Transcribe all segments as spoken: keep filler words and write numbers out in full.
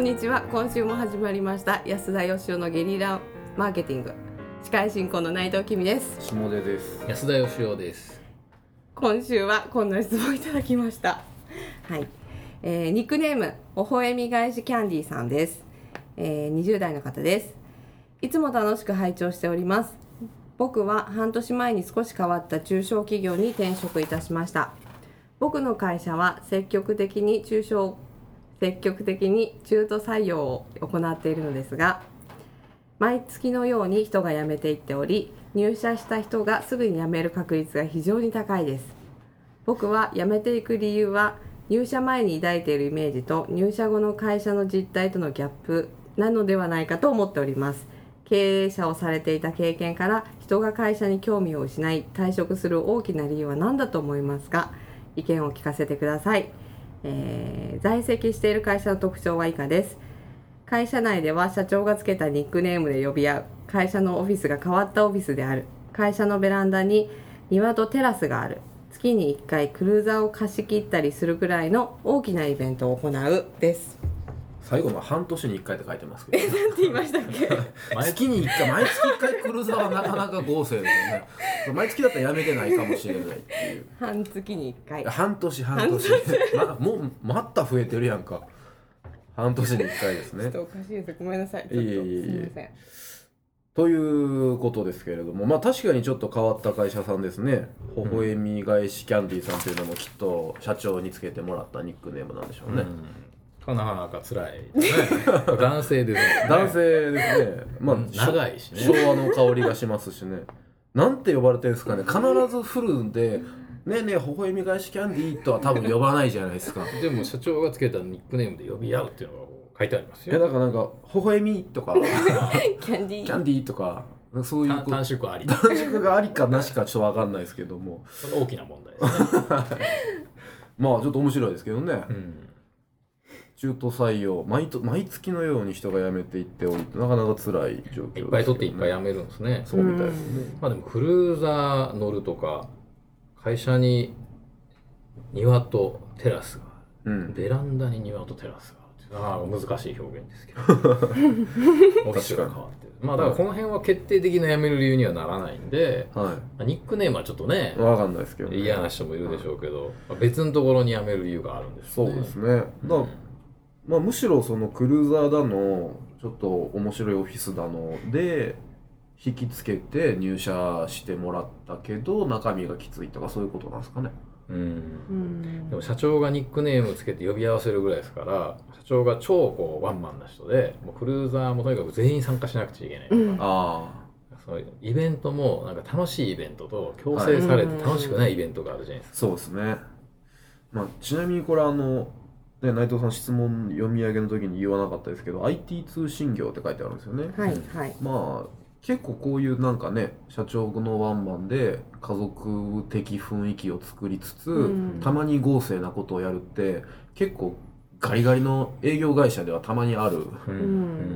にちは。今週も始まりました安田義雄のゲリラマーケティング、司会進行の内藤君です。 下出です。 安田義雄です。 今週はこんな質問いただきました。はい、えー、ニックネーム微笑み返しキャンディーさんです。えー、にじゅう代の方です。いつも楽しく拝聴しております。僕は半年前に少し変わった中小企業に転職いたしました。僕の会社は積極的に中小積極的に中途採用を行っているのですが、毎月のように人が辞めていっており、入社した人がすぐに辞める確率が非常に高いです。僕は辞めていく理由は、入社前に抱いているイメージと入社後の会社の実態とのギャップなのではないかと思っております。経営者をされていた経験から、人が会社に興味を失い退職する大きな理由は何だと思いますか？意見を聞かせてください。えー、在籍している会社の特徴は以下です。会社内では社長がつけたニックネームで呼び合う。会社のオフィスが変わったオフィスである。会社のベランダに庭とテラスがある。月にいっかいクルーザーを貸し切ったりするくらいの大きなイベントを行うです。 最後の半年にいっかいって書いてますけど、 え、なんて言いましたっけ？ 月にいっかい、毎月いっかいクルーザーはなかなか豪勢ですよね。毎月だったらやめてないかもしれないっていう。 半月にいっかい。 半年半年まもうまた増えてるやんか。半年にいっかいですね。 ちょっとおかしいです。ごめんなさい。ちょっといえいえいえすみません。 ということですけれども、まあ確かにちょっと変わった会社さんですね。微笑み返しキャンディーさんというのもきっと社長につけてもらったニックネームなんでしょうね。 うん、なかなか辛いですね。男性ですね。 男性ですね。まあ、うん、 長いしね。 昭和の香りがしますしね。なんて呼ばれてるんですかね。必ずフルで、ねえねえ、微笑み返しキャンディーとは多分呼ばないじゃないですか。 でも社長がつけたニックネームで呼び合うっていうのが書いてありますよ。 いや、だからなんか、微笑みとか、 キャンディー。 キャンディーとか、そういう短縮あり。 短縮がありかなしかちょっとわかんないですけども。 それ大きな問題ですね。 まあ、ちょっと面白いですけどね。 うん、 中途採用毎と、毎月のように人が辞めていっており、なかなか辛い状況です、ね。 いっぱい取っていっぱい辞めるんですね。 そうみたいですね。 まあでもクルーザー乗るとか、会社に庭とテラスがある、うん、ベランダに庭とテラスがあるっていう、難しい表現ですけどオフィスが変わってる。まあだからこの辺は決定的な辞める理由にはならないんで、はい、ニックネームはちょっとね分かんないですけど、ね、 嫌な人もいるでしょうけど、はい、別のところに辞める理由があるんですよね。そうですね。だから、うん、まあ、むしろそのクルーザーだのちょっと面白いオフィスだので引きつけて入社してもらったけど中身がきついとかそういうことなんですかね。 うん、でも社長がニックネームつけて呼び合わせるぐらいですから、社長が超こうワンマンな人で、もうクルーザーもとにかく全員参加しなくちゃいけないとか、うん、あそういうイベントもなんか楽しいイベントと強制されて楽しくないイベントがあるじゃないですか。 そうですね。まあ、ちなみにこれあの、ね、内藤さん質問読み上げの時に言わなかったですけど アイティー 通信業って書いてあるんですよね。 はいはい。 まあ結構こういうなんかね社長のワンマンで家族的雰囲気を作りつつ、うん、たまに豪勢なことをやるって結構ガリガリの営業会社ではたまにある、うん、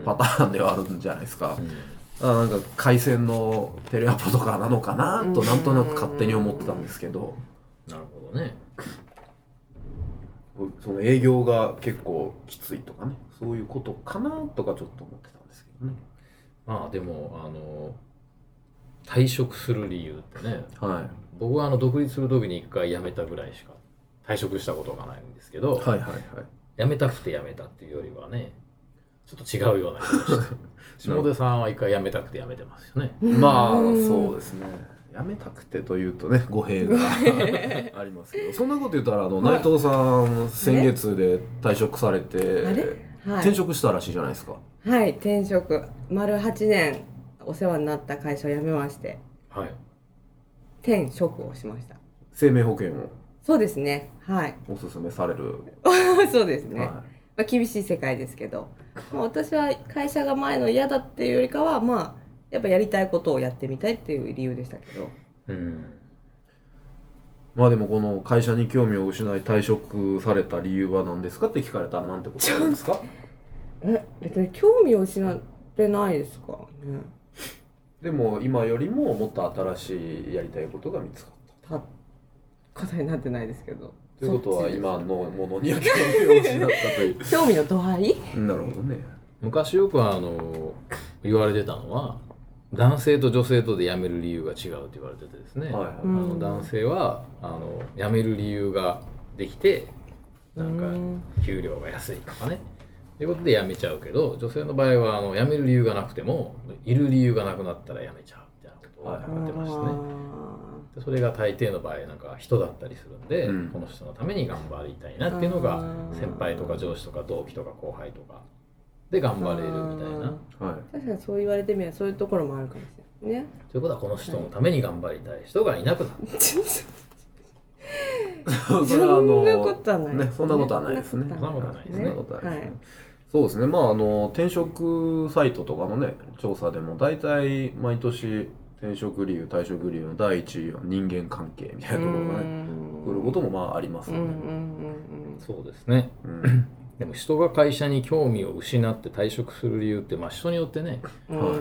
パターンではあるんじゃないですか。うん、あなんか回線のテレアポとかなのかなとなんとなく勝手に思ってたんですけど、 なるほどね。 その営業が結構きついとかねそういうことかなとかちょっと思ってたんですけどね。 まあでもあの退職する理由ってね、 はい、 僕はあの独立する時に一回辞めたぐらいしか退職したことがないんですけど、 はいはいはい、 辞めたくて辞めたっていうよりはねちょっと違うような気がして下出さんは一回辞めたくて辞めてますよね。 まあそうですね。辞めたくてというとね語弊がありますけどそんなこと言ったらあの、はい、内藤さん先月で退職されて、あれ、はい、転職したらしいじゃないですか。 はい、転職丸はちねんお世話になった会社を辞めまして、はい、転職をしました。 生命保険をそうですね、はい、 おすすめされるそうですね、はい、まあ、厳しい世界ですけど、まあ、私は会社が前の嫌だっていうよりかはまあやっぱやりたいことをやってみたいっていう理由でしたけど、うん、 まあでもこの会社に興味を失い退職された理由は何ですかって聞かれたらなんてことなんですか？ え、別に興味を失ってないですかね。 でも今よりももっと新しいやりたいことが見つかった。 答えになってないですけど。 ということは今のものには興味を失ったという興味の度合いなるほどね。 昔よくあの言われてたのは男性と女性とで辞める理由が違うって言われててですね、 はいはい、 あの男性はあの辞める理由ができてなんか給料が安いとかねということで辞めちゃうけど、女性の場合はあの辞める理由がなくてもいる理由がなくなったら辞めちゃうみたいなことを言ってましたね。でそれが大抵の場合なんか人だったりするんで、うん、この人のために頑張りたいなっていうのが先輩とか上司とか同期とか後輩とかで頑張れるみたいな、 はい、確かにそう言われてみればそういうところもあるかもしれないね。 ということはこの人のために頑張りたい人がいなくなる、はいそれはあのそんなことはないですね。 ね、そんなことはないですね。 そんなことはないですね。 そんなことはないですね。そうですね。まああの転職サイトとかのね調査でも大体毎年転職理由退職理由の第一位は人間関係みたいなところがね来ることもまあありますよね。 そうですね。うん、でも人が会社に興味を失って退職する理由ってまあ人によってね、はい、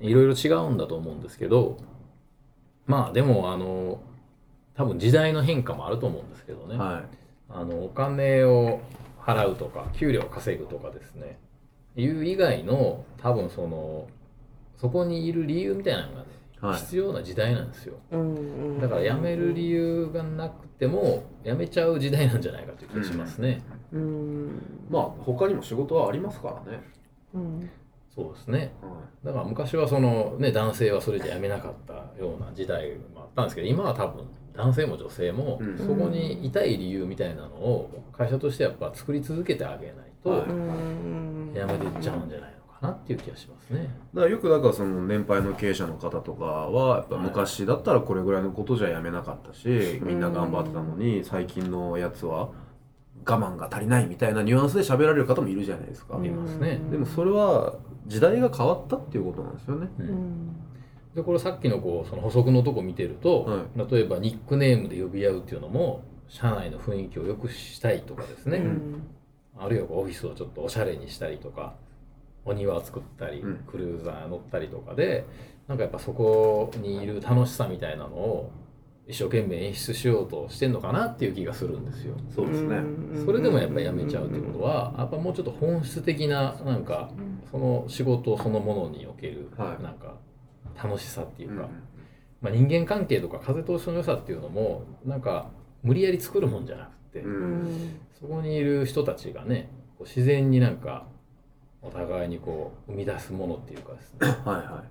いろいろ違うんだと思うんですけど、まあでもあの多分時代の変化もあると思うんですけどね、はい、あのお金を払うとか給料を稼ぐとかですねいう以外の多分そのそこにいる理由みたいなのがね、はい、必要な時代なんですよ。だから辞める理由がなくても辞めちゃう時代なんじゃないかという気がしますね。 うん、うんまあ他にも仕事はありますからね。 うんそうですね、はい、だから昔はその、ね、男性はそれじゃ辞めなかったような時代もあったんですけど今は多分男性も女性もそこにいたい理由みたいなのを会社としてやっぱ作り続けてあげないと辞めていっちゃうんじゃないのかなっていう気がしますね。 だからよくだからその年配の経営者の方とかはやっぱ昔だったらこれぐらいのことじゃ辞めなかったしみんな頑張ってたのに最近のやつは我慢が足りないみたいなニュアンスで喋られる方もいるじゃないですか。 いますね。 でもそれは時代が変わったっていうことなんですよね。 うん、でこれさっきのこうその補足のとこ見てると、はい、例えばニックネームで呼び合うっていうのも社内の雰囲気を良くしたいとかですね、うん、あるいはオフィスをちょっとおしゃれにしたりとかお庭を作ったり、うん、クルーザー乗ったりとかでなんかやっぱそこにいる楽しさみたいなのを一生懸命演出しようとしてんのかなっていう気がするんですよ。 そうですね。 それでもやっぱりやめちゃうっていうことはやっぱもうちょっと本質的ななんかその仕事そのものにおけるなんか楽しさっていうか、まあ人間関係とか風通しの良さっていうのもなんか無理やり作るもんじゃなくて、そこにいる人たちがねこう自然になんかお互いにこう生み出すものっていうかですね。はいはい。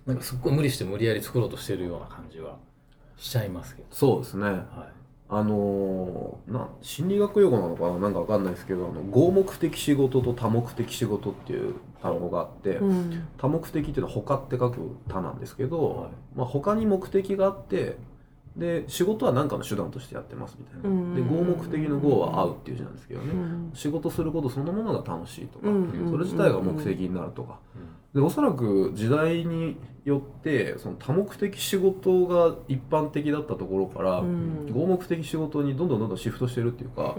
なんかすっごい無理して無理やり作ろうとしてるような感じは。しちゃいますけど。 そうですね、はい、あのー、な心理学用語なのかななんかわかんないですけどあの合目的仕事と多目的仕事っていう単語があって、うん、多目的っていうのは他って書く他なんですけど、はいまあ、他に目的があってで仕事は何かの手段としてやってますみたいな、うん、で合目的の合は合うっていう字なんですけどね、うん、仕事することそのものが楽しいとか、うん、それ自体が目的になるとか、うん、でおそらく時代によってその多目的仕事が一般的だったところから、うん、合目的仕事にどんどんどんどんシフトしてるっていうか、うん、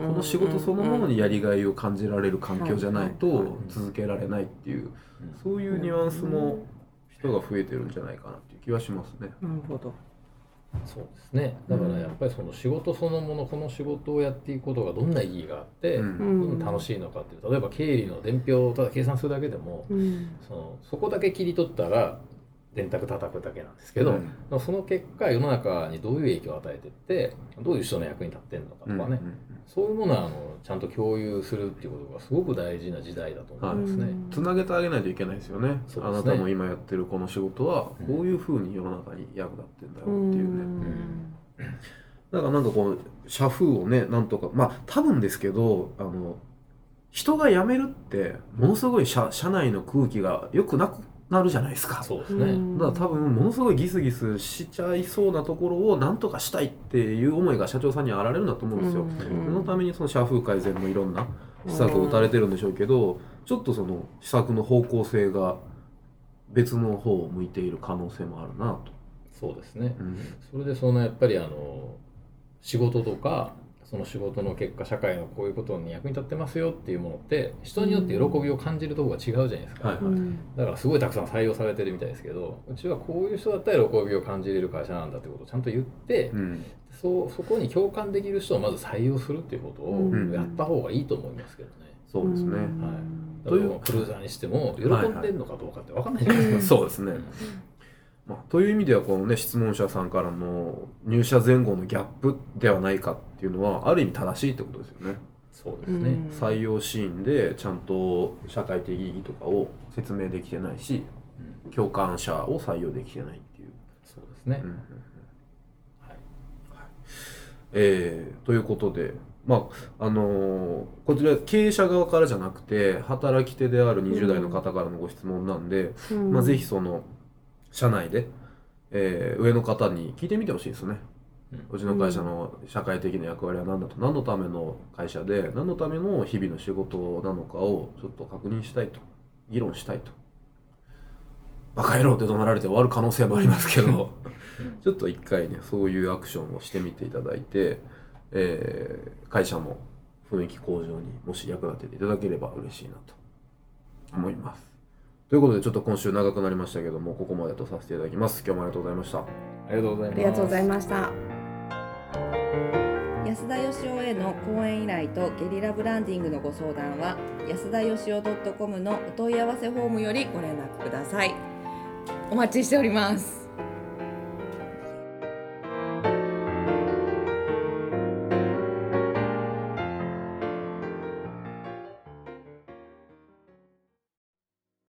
この仕事そのものにやりがいを感じられる環境じゃないと続けられないっていう、うん、そういうニュアンスも人が増えてるんじゃないかなっていう気はしますね。 なるほど。 そうですね。だからやっぱりその仕事そのものこの仕事をやっていくことがどんな意義があって、うん、どんな楽しいのかっていう例えば経理の伝票をただ計算するだけでも、うん、そのそこだけ切り取ったら電卓叩くだけなんですけど、うん、その結果世の中にどういう影響を与えていってどういう人の役に立ってるのかとかね、うんうんうん、そういうものはあのちゃんと共有するっていうことがすごく大事な時代だと思いますね。 つなげてあげないといけないですよね。そうですね。あなたも今やってるこの仕事はこういうふうに世の中に役立ってんだよっていうね、うん、だからなんかこう社風をねなんとかまあ多分ですけどあの人が辞めるってものすごい 社, 社内の空気が良くなくなるじゃないですか。 そうですね。 だから多分ものすごいギスギスしちゃいそうなところをなんとかしたいっていう思いが社長さんにはあられるんだと思うんですよ。そのためにその社風改善のいろんな施策を打たれてるんでしょうけど、ちょっとその施策の方向性が別の方を向いている可能性もあるなと。 そうですね。うん、それでそのやっぱりあの仕事とかそその仕事の結果社会のこういうことに役に立ってますよっていうものって人によって喜びを感じるところが違うじゃないですか、 はいはい、 だからすごいたくさん採用されてるみたいですけど、うちはこういう人だったら喜びを感じれる会社なんだってことをちゃんと言って、うん、そ, そこに共感できる人をまず採用するっていうことをやった方がいいと思いますけどね、 うん、そうですね、はい、 というクルーザーにしても喜んでるのかどうかって分かんないじゃないですか、はいはい、 そうですね、まあ、という意味ではこのね質問者さんからの入社前後のギャップではないかっていうのはある意味正しいってことですよね。 そうですね、 採用シーンでちゃんと社会的意義とかを説明できてないし、うん、共感者を採用できてないっていう。 そうですね、うんうんうん、 はいはい、えー、ということで、まああのー、こちら経営者側からじゃなくて働き手であるにじゅう代の方からのご質問なんで、うんまあ、ぜひその社内で、えー、上の方に聞いてみてほしいですね。うちの会社の社会的な役割は何だと、何のための会社で何のための日々の仕事なのかをちょっと確認したいと、議論したいと。バカ野郎って怒鳴られて終わる可能性もありますけどちょっと一回ねそういうアクションをしてみていただいて、えー、会社の雰囲気向上にもし役立てていただければ嬉しいなと思います。ということでちょっと今週長くなりましたけども、ここまでとさせていただきます。今日もありがとうございました。ありがとうございます。 ありがとうございました。安田義雄への講演依頼とゲリラブランディングのご相談は安田義雄 .com のお問い合わせフォームよりご連絡ください。お待ちしております。